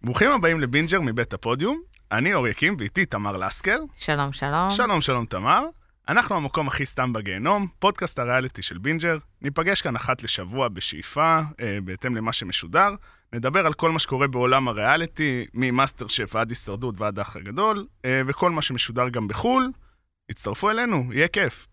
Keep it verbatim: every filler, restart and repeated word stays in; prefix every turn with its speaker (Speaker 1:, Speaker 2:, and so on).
Speaker 1: ברוכים הבאים לבינג'ר מבית הפודיום. אני אור יקים ואיתי תמר לסקר.
Speaker 2: שלום, שלום.
Speaker 1: שלום, שלום תמר. אנחנו המקום הכי סתם בגיהנום, פודקאסט הריאליטי של בינג'ר. ניפגש כאן אחת לשבוע בשאיפה, אה, בהתאם למה שמשודר. נדבר על כל מה שקורה בעולם הריאליטי, ממאסטר שף ועד הישרדות ועד האח הגדול, אה, וכל מה שמשודר גם בחול. הצטרפו אלינו, יהיה כיף.